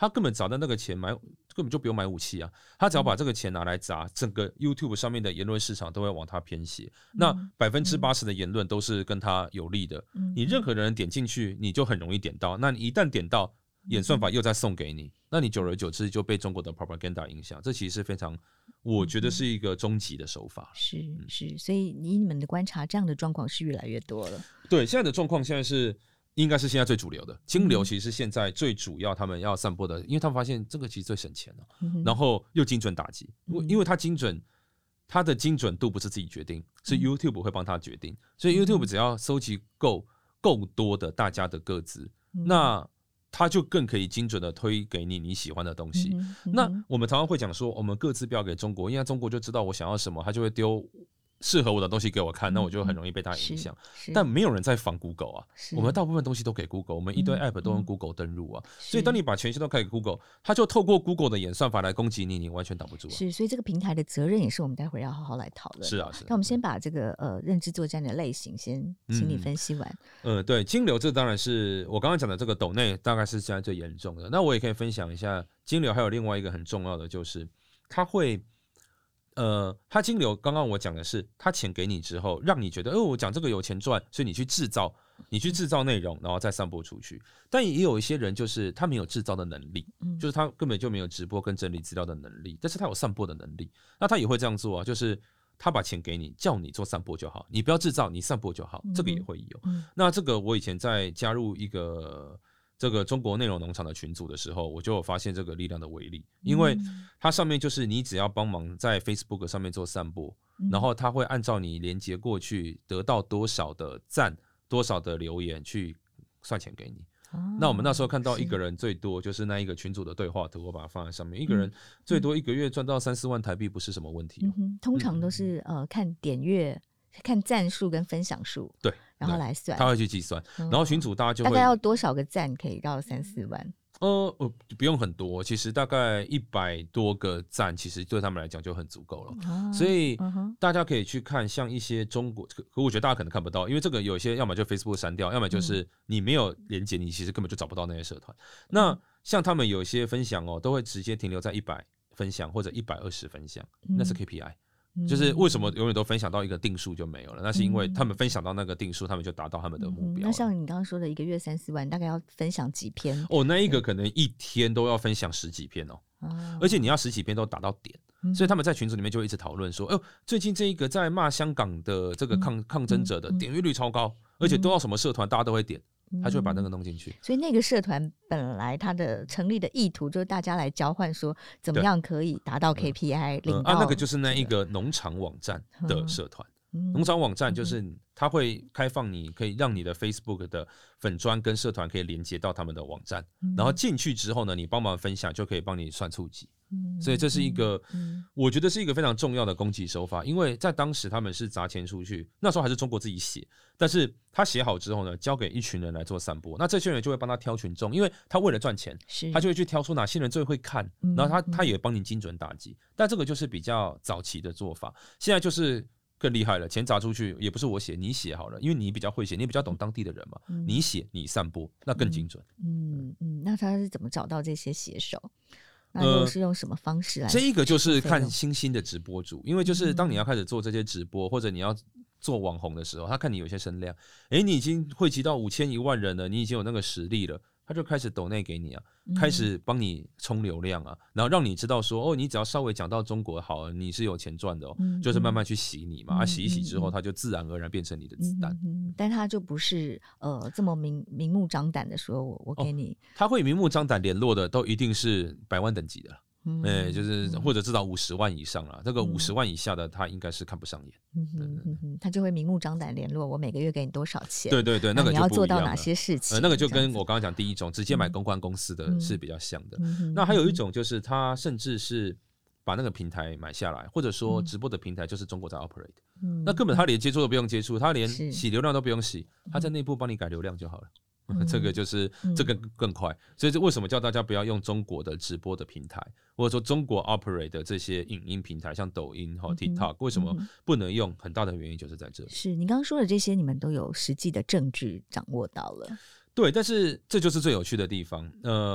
他根本砸的那个钱根本就不用买武器啊，他只要把这个钱拿来砸，整个 YouTube 上面的言论市场都会往他偏斜。那80%的言论都是跟他有利的，你任何人点进去，你就很容易点到。那你一旦点到，演算法又再送给你，那你久而久之就被中国的 propaganda 影响。这其实是非常，我觉得是一个终极的手法。 是，所以你们的观察，这样的状况是越来越多了。 对，现在的状况应该是现在最主流的，金流其实是现在最主要他们要散播的，因为他们发现这个其实最省钱了，然后又精准打击，因为它精准，它的精准度不是自己决定，是 YouTube 会帮他决定，所以 YouTube 只要收集够多的大家的个资，那它就更可以精准的推给你喜欢的东西。那我们常常会讲说，我们各自不要给中国，因为中国就知道我想要什么，他就会丢适合我的东西给我看，那我就很容易被它影响。但没有人在防 Google 啊，我们大部分东西都给 Google， 我们一堆 App 都用 Google 登入啊，所以当你把全息都开给 Google， 它就透过 Google 的演算法来攻击你，你完全挡不住啊。 是，所以这个平台的责任也是我们待会要好好来讨论。 是啊， 那我们先把这个认知作战的类型先请你分析完。 对，金流这当然是我刚刚讲的这个抖内大概是现在最严重的。那我也可以分享一下金流，还有另外一个很重要的就是它会。它金流刚刚我讲的是，它钱给你之后，让你觉得，我讲这个有钱赚，所以你去制造内容，然后再散播出去。但也有一些人就是他没有制造的能力，就是他根本就没有直播跟整理资料的能力，但是他有散播的能力，那他也会这样做啊，就是他把钱给你，叫你做散播就好，你不要制造，你散播就好，这个也会有。那这个我以前在加入一个这个中国内容农场的群组的时候，我就有发现这个力量的威力，因为它上面就是你只要帮忙在 Facebook 上面做散播，然后它会按照你连接过去得到多少的赞、多少的留言去算钱给你。那我们那时候看到一个人最多就是那一个群组的对话图，我把它放在上面，一个人最多一个月赚到3-4万台币不是什么问题。 通常都是看点阅、看赞数跟分享数， 对， 然后来算， 他会去计算，然后群组大家就会大概要多少个赞可以到3-4万？ 不用很多，其实大概100多个赞，其实对他们来讲就很足够了。所以大家可以去看，像一些中国，可我觉得大家可能看不到，因为这个有些要么就 Facebook 删掉，要么就是你没有连结，你其实根本就找不到那些社团。那像他们有些分享都会直接停留在100分享或者120分享，那是 KPI。就是为什么永远都分享到一个定数就没有了？那是因为他们分享到那个定数，他们就达到他们的目标。 那像你刚刚说的，一个月3-4万，大概要分享几篇？ 那一个可能一天都要分享10几篇而且你要10几篇都打到点。所以他们在群组里面就会一直讨论说，最近这一个在骂香港的这个抗争者的点阅率超高，而且都要什么社团大家都会点。他就会把那个弄进去， 所以那个社团本来它的成立的意图就是大家来交换说怎么样可以达到 KPI 领到那个就是那一个农场网站的社团。农场网站就是它会开放你可以让你的 Facebook 的粉专跟社团可以连接到他们的网站，然后进去之后呢，你帮忙分享就可以帮你算触及。所以这是一个我觉得是一个非常重要的攻击手法，因为在当时他们是砸钱出去，那时候还是中国自己写，但是他写好之后呢，交给一群人来做散播，那这群人就会帮他挑群众，因为他为了赚钱，他就会去挑出哪些人最会看，然后他也帮你精准打击。但这个就是比较早期的做法，现在就是更厉害了，钱砸出去也不是我写，你写好了，因为你比较会写，你比较懂当地的人嘛，你写你散播，那更精准。 那他是怎么找到这些写手？那又是用什么方式来？ 这一个就是看新兴的直播主，因为就是当你要开始做这些直播，或者你要做网红的时候，他看你有些声量，你已经汇集到5000、10000人了，你已经有那个实力了，他就开始抖内给你啊，开始帮你冲流量啊，然后让你知道说，你只要稍微讲到中国好了，你是有钱赚的就是慢慢去洗你嘛，洗一洗之后，他就自然而然变成你的子弹。 但他就不是这么明目张胆的说我给你， 他会明目张胆联络的都一定是100万等级的了。就是或者至少50万以上啦，这个50万以下的他应该是看不上眼。 他就会明目张胆联络我每个月给你多少钱， 对，那个就不一样了， 你要做到哪些事情， 那个就跟我刚刚讲第一种直接买公关公司的是比较像的。那还有一种就是他甚至是把那个平台买下来，或者说直播的平台就是中国在 operate，那根本他连接触都不用接触，他连洗流量都不用洗，他在内部帮你改流量就好了。这个就是这个更快，所以为什么叫大家不要用中国的直播的平台，或者说中国 operate 的这些影音平台，像抖音、TikTok， 为什么不能用？很大的原因就是在这里。 是你刚刚说的这些，你们都有实际的证据掌握到了。 对，但是这就是最有趣的地方。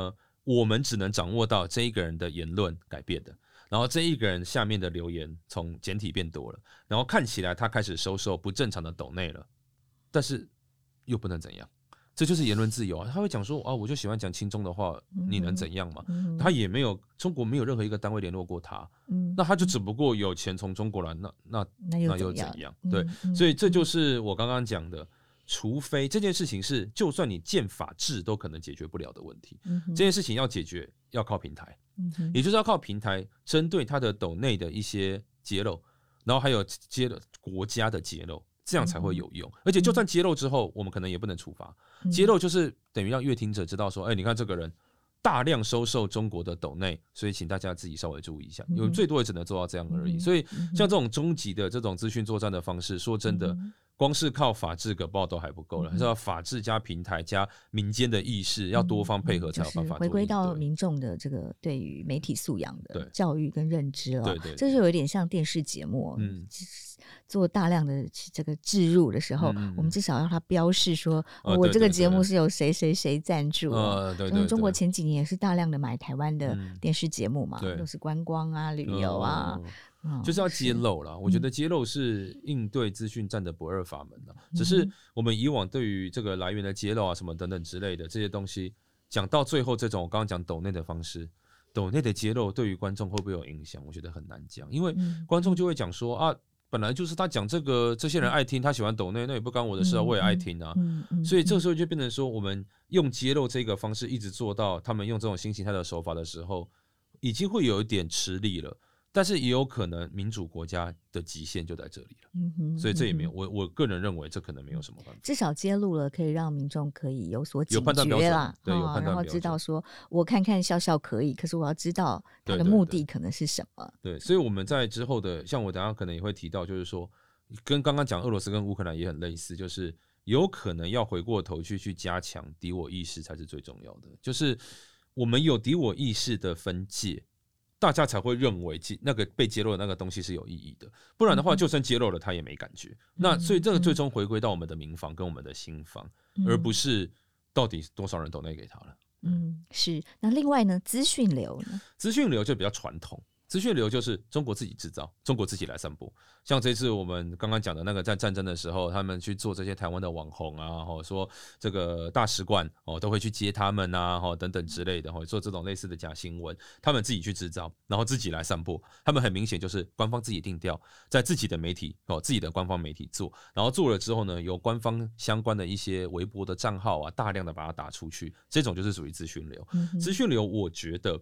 我们只能掌握到这一个人的言论改变的，然后这一个人下面的留言从简体变多了，然后看起来他开始收受不正常的抖内了，但是又不能怎样。这就是言论自由啊！他会讲说啊，我就喜欢讲亲中的话，你能怎样嘛？他也没有，中国没有任何一个单位联络过他，那他就只不过有钱从中国来，那又怎样？对，所以这就是我刚刚讲的，除非这件事情是，就算你建法治都可能解决不了的问题，这件事情要解决要靠平台，也就是要靠平台针对他的斗内的一些揭露，然后还有国家的揭露。这样才会有用，而且就算揭露之后，我们可能也不能处罚。揭露就是等于让阅听者知道说，你看这个人大量收受中国的斗内，所以请大家自己稍微注意一下。有最多也只能做到这样而已。所以像这种终极的这种资讯作战的方式，说真的，光是靠法治搞不好都还不够了，还是要法治加平台加民间的意识，要多方配合才有办法。 回归到民众的这个对于媒体素养的教育跟认知了。 对， 这就有点像电视节目。做大量的这个置入的时候，我们至少让它标示说，我这个节目是由谁谁谁赞助。 对， 中国前几年也是大量的买台湾的电视节目嘛，都是观光啊、旅游啊， 就是要揭露啦。我觉得揭露是应对资讯战的不二法门啦。只是我们以往对于这个来源的揭露啊、什么等等之类的这些东西，讲到最后这种我刚刚讲抖内的方式。抖内的揭露对于观众会不会有影响？我觉得很难讲，因为观众就会讲说啊，本来就是他讲这个，这些人爱听，他喜欢抖内，那也不干我的事啊，我也爱听啊。所以这个时候就变成说，我们用揭露这个方式一直做到他们用这种新形态的手法的时候，已经会有一点吃力了。但是也有可能民主国家的极限就在这里了，所以这也没有我个人认为这可能没有什么办法。 至少揭露了，可以让民众可以有所警觉啦， 对，有判断标准， 然后知道说我看看笑笑可以，可是我要知道他的目的可能是什么。 对，所以我们在之后的，像我等一下可能也会提到，就是说跟刚刚讲俄罗斯跟乌克兰也很类似，就是有可能要回过头去加强敌我意识才是最重要的，就是我们有敌我意识的分界。大家才会认为那个被揭露的那个东西是有意义的，不然的话，就算揭露了，他也没感觉。那所以这个最终回归到我们的民防跟我们的心防，而不是到底多少人抖内给他了。 是。那另外呢，资讯流呢？资讯流就比较传统。资讯流就是中国自己制造，中国自己来散播。像这次我们刚刚讲的那个，在战争的时候，他们去做这些台湾的网红啊，说这个大使馆都会去接他们啊，等等之类的，做这种类似的假新闻，他们自己去制造，然后自己来散播。他们很明显就是官方自己定调，在自己的媒体自己的官方媒体做，然后做了之后呢，有官方相关的一些微博的账号啊，大量的把它打出去，这种就是属于资讯流。资讯流，我觉得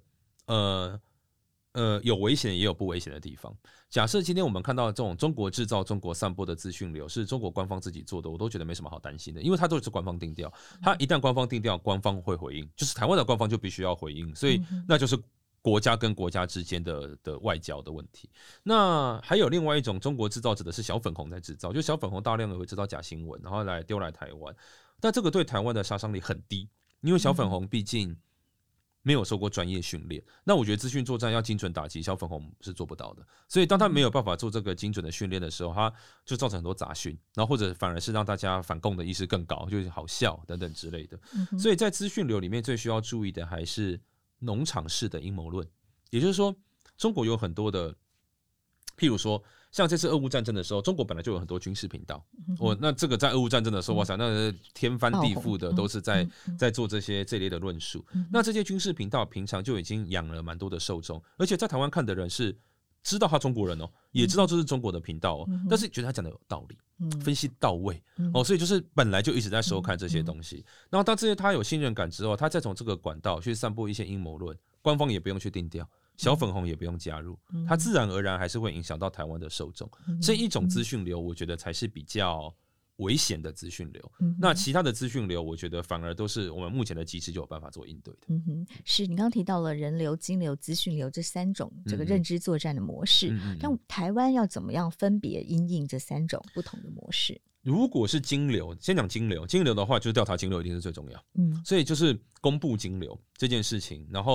有危险也有不危险的地方。假设今天我们看到这种中国制造、中国散播的资讯流是中国官方自己做的，我都觉得没什么好担心的，因为它都是官方定调。它一旦官方定调，官方会回应，就是台湾的官方就必须要回应，所以那就是国家跟国家之间的外交的问题。那还有另外一种中国制造者的是小粉红在制造，就小粉红大量的会制造假新闻，然后来丢来台湾，但这个对台湾的杀伤力很低，因为小粉红毕竟没有受过专业训练，那我觉得资讯作战要精准打击小粉红是做不到的，所以当他没有办法做这个精准的训练的时候，他就造成很多杂讯，然后或者反而是让大家反共的意识更高，就是好笑等等之类的。所以在资讯流里面最需要注意的还是农场式的阴谋论，也就是说，中国有很多的，譬如说像这次俄乌战争的时候，中国本来就有很多军事频道，那这个在俄乌战争的时候，哇塞，那天翻地覆的都是在做这类的论述。那这些军事频道平常就已经养了蛮多的受众，而且在台湾看的人是知道他中国人也知道这是中国的频道但是觉得他讲的有道理，分析到位所以就是本来就一直在收看这些东西。然后当这些他有信任感之后，他再从这个管道去散播一些阴谋论，官方也不用去定调。小粉红也不用加入，它自然而然还是会影响到台湾的受众。这一种资讯流，我觉得才是比较危险的资讯流。那其他的资讯流，我觉得反而都是我们目前的机制就有办法做应对的。 是你刚刚提到了人流、金流、资讯流这三种这个认知作战的模式，但台湾要怎么样分别因应这三种不同的模式？ 如果是金流，先讲金流，金流的话就是调查金流一定是最重要。所以就是公布金流这件事情，然后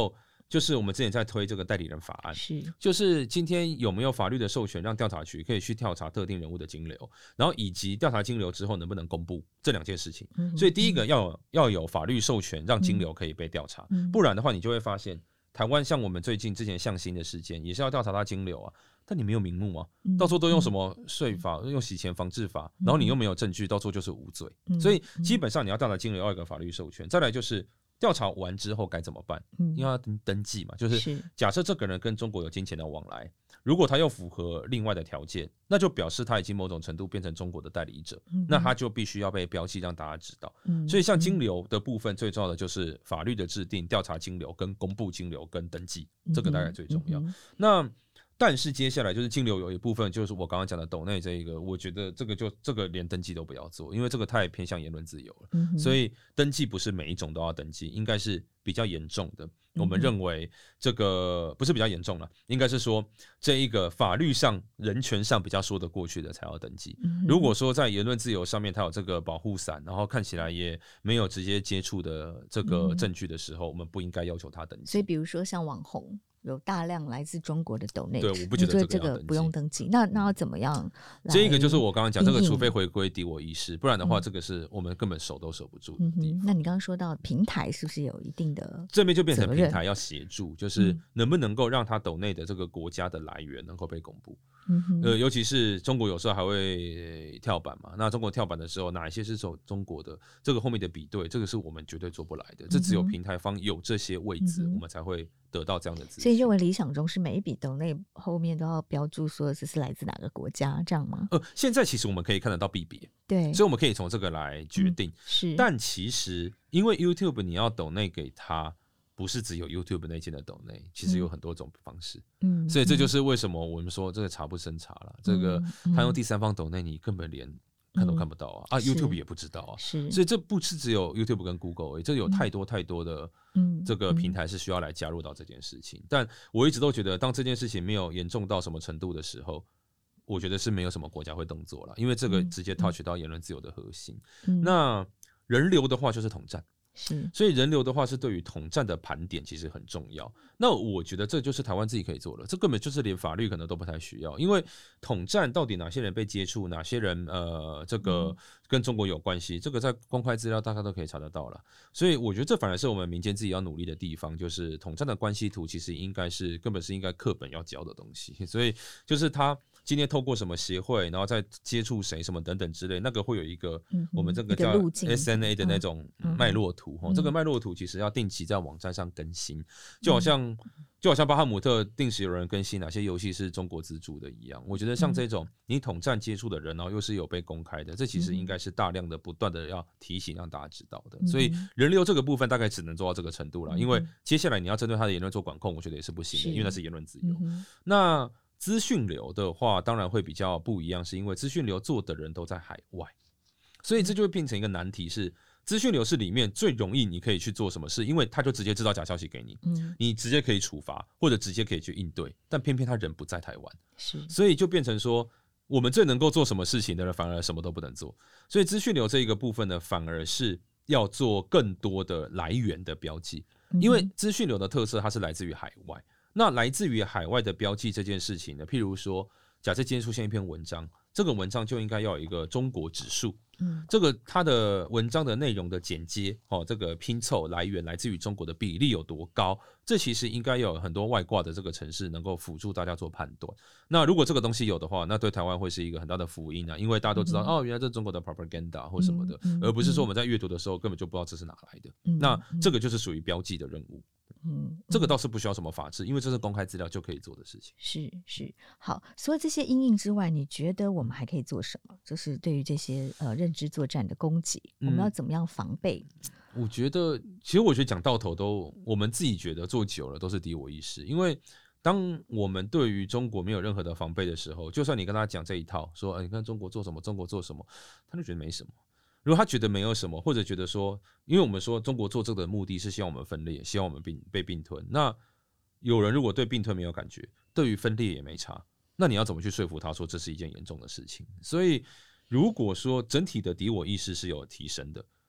就是我们之前在推这个代理人法案， 是就是今天有没有法律的授权让调查局可以去调查特定人物的金流，然后以及调查金流之后能不能公布这2件事情。所以第一个要有法律授权让金流可以被调查，不然的话你就会发现台湾像我们最近之前向心的事件也是要调查他金流啊，但你没有名目啊，到时候都用什么税法、用洗钱防治法，然后你又没有证据，到时候就是无罪。所以基本上你要调查金流要有一个法律授权，再来就是调查完之后该怎么办？因为要登记嘛，就是假设这个人跟中国有金钱的往来，如果他又符合另外的条件，那就表示他已经某种程度变成中国的代理者，那他就必须要被标记让大家知道。所以像金流的部分，最重要的就是法律的制定、调查金流、跟公布金流、跟登记，这个大概最重要。那但是接下来就是金流有一部分就是我刚刚讲的抖内这一个，我觉得这个连登记都不要做，因为这个太偏向言论自由了。所以登记不是每一种都要登记，应该是比较严重的。我们认为这个不是比较严重了，应该是说这一个法律上、人权上比较说得过去的才要登记。如果说在言论自由上面它有这个保护伞，然后看起来也没有直接接触的这个证据的时候，我们不应该要求他登记。 所以比如说像网红有大量来自中国的donate， 对，我不觉得这个不用登记。那要怎么样？ 这一个就是我刚刚讲这个，除非回归敌我意识，不然的话，这个是我们根本守都守不住的地方。 那你刚刚说到平台是不是有一定的？ 这边就变成平台要协助，就是能不能够让他donate的这个国家的来源能够被公布。尤其是中国有时候还会跳板嘛，那中国跳板的时候，哪一些是走中国的，这个后面的比对，这个是我们绝对做不来的。这只有平台方有这些位置，我们才会得到这样的资讯。 所以认为理想中是每一笔donate后面都要标注说这是来自哪个国家，这样吗？ 现在其实我们可以看得到币别， 对， 所以我们可以从这个来决定。 是， 但其实因为 YouTube 你要donate给他，不是只有 YouTube 那件的donate，其实有很多种方式。所以这就是为什么我们说这个查不胜查了。这个他用第三方donate，你根本连看都看不到啊！YouTube 也不知道啊，所以这不是只有 YouTube 跟 Google 而已，这有太多太多的这个平台是需要来加入到这件事情。但我一直都觉得，当这件事情没有严重到什么程度的时候，我觉得是没有什么国家会动作了，因为这个直接 touch 到言论自由的核心。那人流的话就是统战。所以人流的话是对于统战的盘点其实很重要。那我觉得这就是台湾自己可以做的，这根本就是连法律可能都不太需要，因为统战到底哪些人被接触，哪些人这个跟中国有关系，这个在公开资料大家都可以查得到了。所以我觉得这反而是我们民间自己要努力的地方，就是统战的关系图其实根本是应该课本要教的东西。所以就是他今天透过什么协会，然后再接触谁什么等等之类，那个会有一个我们这个叫 SNA 的那种脉络图。这个脉络图其实要定期在网站上更新，就好像巴哈姆特定时有人更新哪些游戏是中国资助的一样。我觉得像这种你统战接触的人，然后又是有被公开的，这其实应该是大量的不断的要提醒让大家知道的。所以人流这个部分大概只能做到这个程度了，因为接下来你要针对他的言论做管控，我觉得也是不行的，因为那是言论自由。那资讯流的话当然会比较不一样，是因为资讯流做的人都在海外，所以这就会变成一个难题，是资讯流是里面最容易你可以去做什么事，因为他就直接制造假消息给你，你直接可以处罚或者直接可以去应对，但偏偏他人不在台湾，所以就变成说我们最能够做什么事情的人反而什么都不能做。所以资讯流这一个部分呢，反而是要做更多的来源的标记，因为资讯流的特色它是来自于海外。那来自于海外的标记这件事情呢，譬如说假设今天出现一篇文章，这个文章就应该要有一个中国指数，这个它的文章的内容的剪接，这个拼凑来源来自于中国的比例有多高，这其实应该有很多外挂的这个程式能够辅助大家做判断。那如果这个东西有的话，那对台湾会是一个很大的福音啊，因为大家都知道原来这是中国的 propaganda 或什么的，而不是说我们在阅读的时候根本就不知道这是哪来的。那这个就是属于标记的任务。这个倒是不需要什么法制，因为这是公开资料就可以做的事情。是好，除了这些因应之外，你觉得我们还可以做什么？就是对于这些认知作战的攻击，我们要怎么样防备？我觉得讲到头都我们自己觉得做久了都是敌我意识，因为当我们对于中国没有任何的防备的时候，就算你跟他讲这一套，说你看中国做什么，中国做什么，他就觉得没什么。如果他觉得没有什么，或者觉得说，因为我们说中国做这个的目的是希望我们分裂，希望我们被并吞。那有人如果对并吞没有感觉，对于分裂也没差，那你要怎么去说服他说这是一件严重的事情？所以如果说整体的敌我意识是有提升的，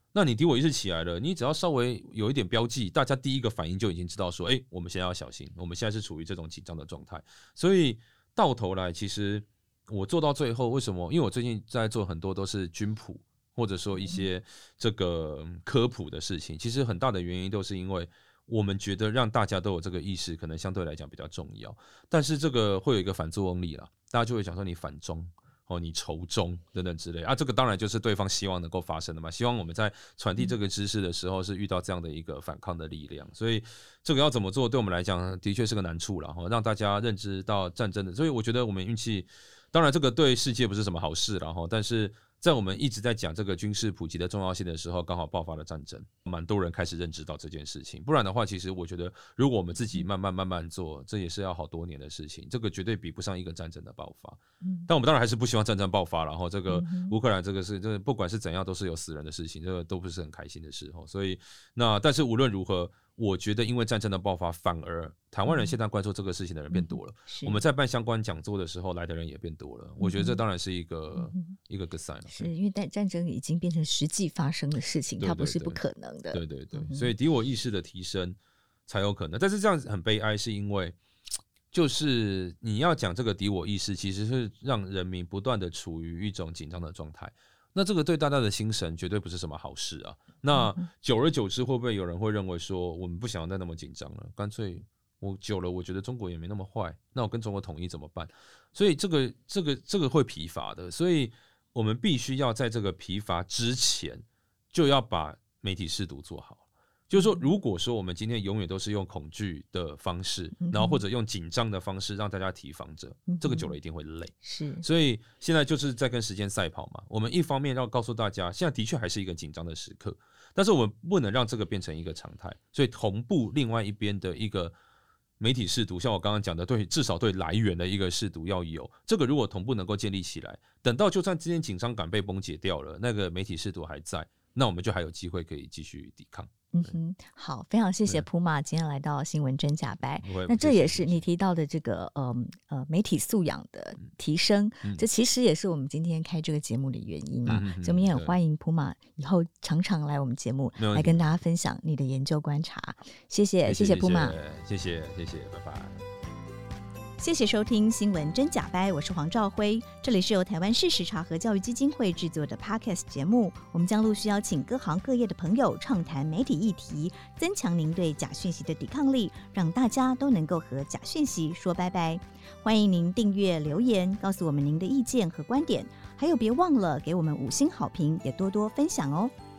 那你敌我意识起来了，你只要稍微有一点标记，大家第一个反应就已经知道说，我们现在要小心，我们现在是处于这种紧张的状态。所以到头来，其实我做到最后，为什么？因为我最近在做很多都是军谱，或者说一些这个科普的事情，其实很大的原因都是因为我们觉得让大家都有这个意识，可能相对来讲比较重要。但是这个会有一个反作用力啦，大家就会讲说你反中。你仇中等等之类啊，这个当然就是对方希望能够发生的嘛，希望我们在传递这个知识的时候是遇到这样的一个反抗的力量，所以这个要怎么做，对我们来讲的确是个难处啦，让大家认知到战争的，所以我觉得我们运气，当然这个对世界不是什么好事啦，但是在我们一直在讲这个军事普及的重要性的时候，刚好爆发了战争，蛮多人开始认知到这件事情。不然的话，其实我觉得，如果我们自己慢慢做，这也是要好多年的事情。这个绝对比不上一个战争的爆发。但我们当然还是不希望战争爆发，然后这个乌克兰这个不管是怎样，都是有死人的事情，这个都不是很开心的事。所以但是无论如何，我觉得因为战争的爆发，反而台湾人现在关注这个事情的人变多了。我们在办相关讲座的时候，来的人也变多了。我觉得这当然是一个 good sign 了。 是因为战争已经变成实际发生的事情，它不是不可能的。 对，所以敌我意识的提升才有可能。但是这样子很悲哀，是因为就是你要讲这个敌我意识，其实是让人民不断的处于一种紧张的状态。那这个对大家的精神绝对不是什么好事啊。那久而久之，会不会有人会认为说，我们不想要再那么紧张了，干脆我久了，我觉得中国也没那么坏，那我跟中国统一怎么办？所以这个会疲乏的，所以我们必须要在这个疲乏之前，就要把媒体识读做好。就是说，如果说我们今天永远都是用恐惧的方式，然后或者用紧张的方式让大家提防着，这个久了一定会累。 是， 所以现在就是在跟时间赛跑嘛。我们一方面要告诉大家，现在的确还是一个紧张的时刻，但是我们不能让这个变成一个常态。所以同步另外一边的一个媒体识读，像我刚刚讲的，至少对来源的一个识读要有。这个如果同步能够建立起来，等到就算之间紧张感被崩解掉了，那个媒体识读还在，那我们就还有机会可以继续抵抗。 好，非常谢谢普马今天来到新闻真假白。那这也是你提到的这个媒体素养的提升，这其实也是我们今天开这个节目的原因嘛。所以我们也很欢迎普马以后常常来我们节目来跟大家分享你的研究观察。谢谢普马， 谢谢，拜拜。 谢谢收听新闻真假掰，我是黄兆辉，这里是由台湾事实查核教育基金会制作的 Podcast 节目，我们将陆续邀请各行各业的朋友畅谈媒体议题，增强您对假讯息的抵抗力，让大家都能够和假讯息说拜拜。欢迎您订阅留言，告诉我们您的意见和观点，还有别忘了给我们5星好评，也多多分享哦。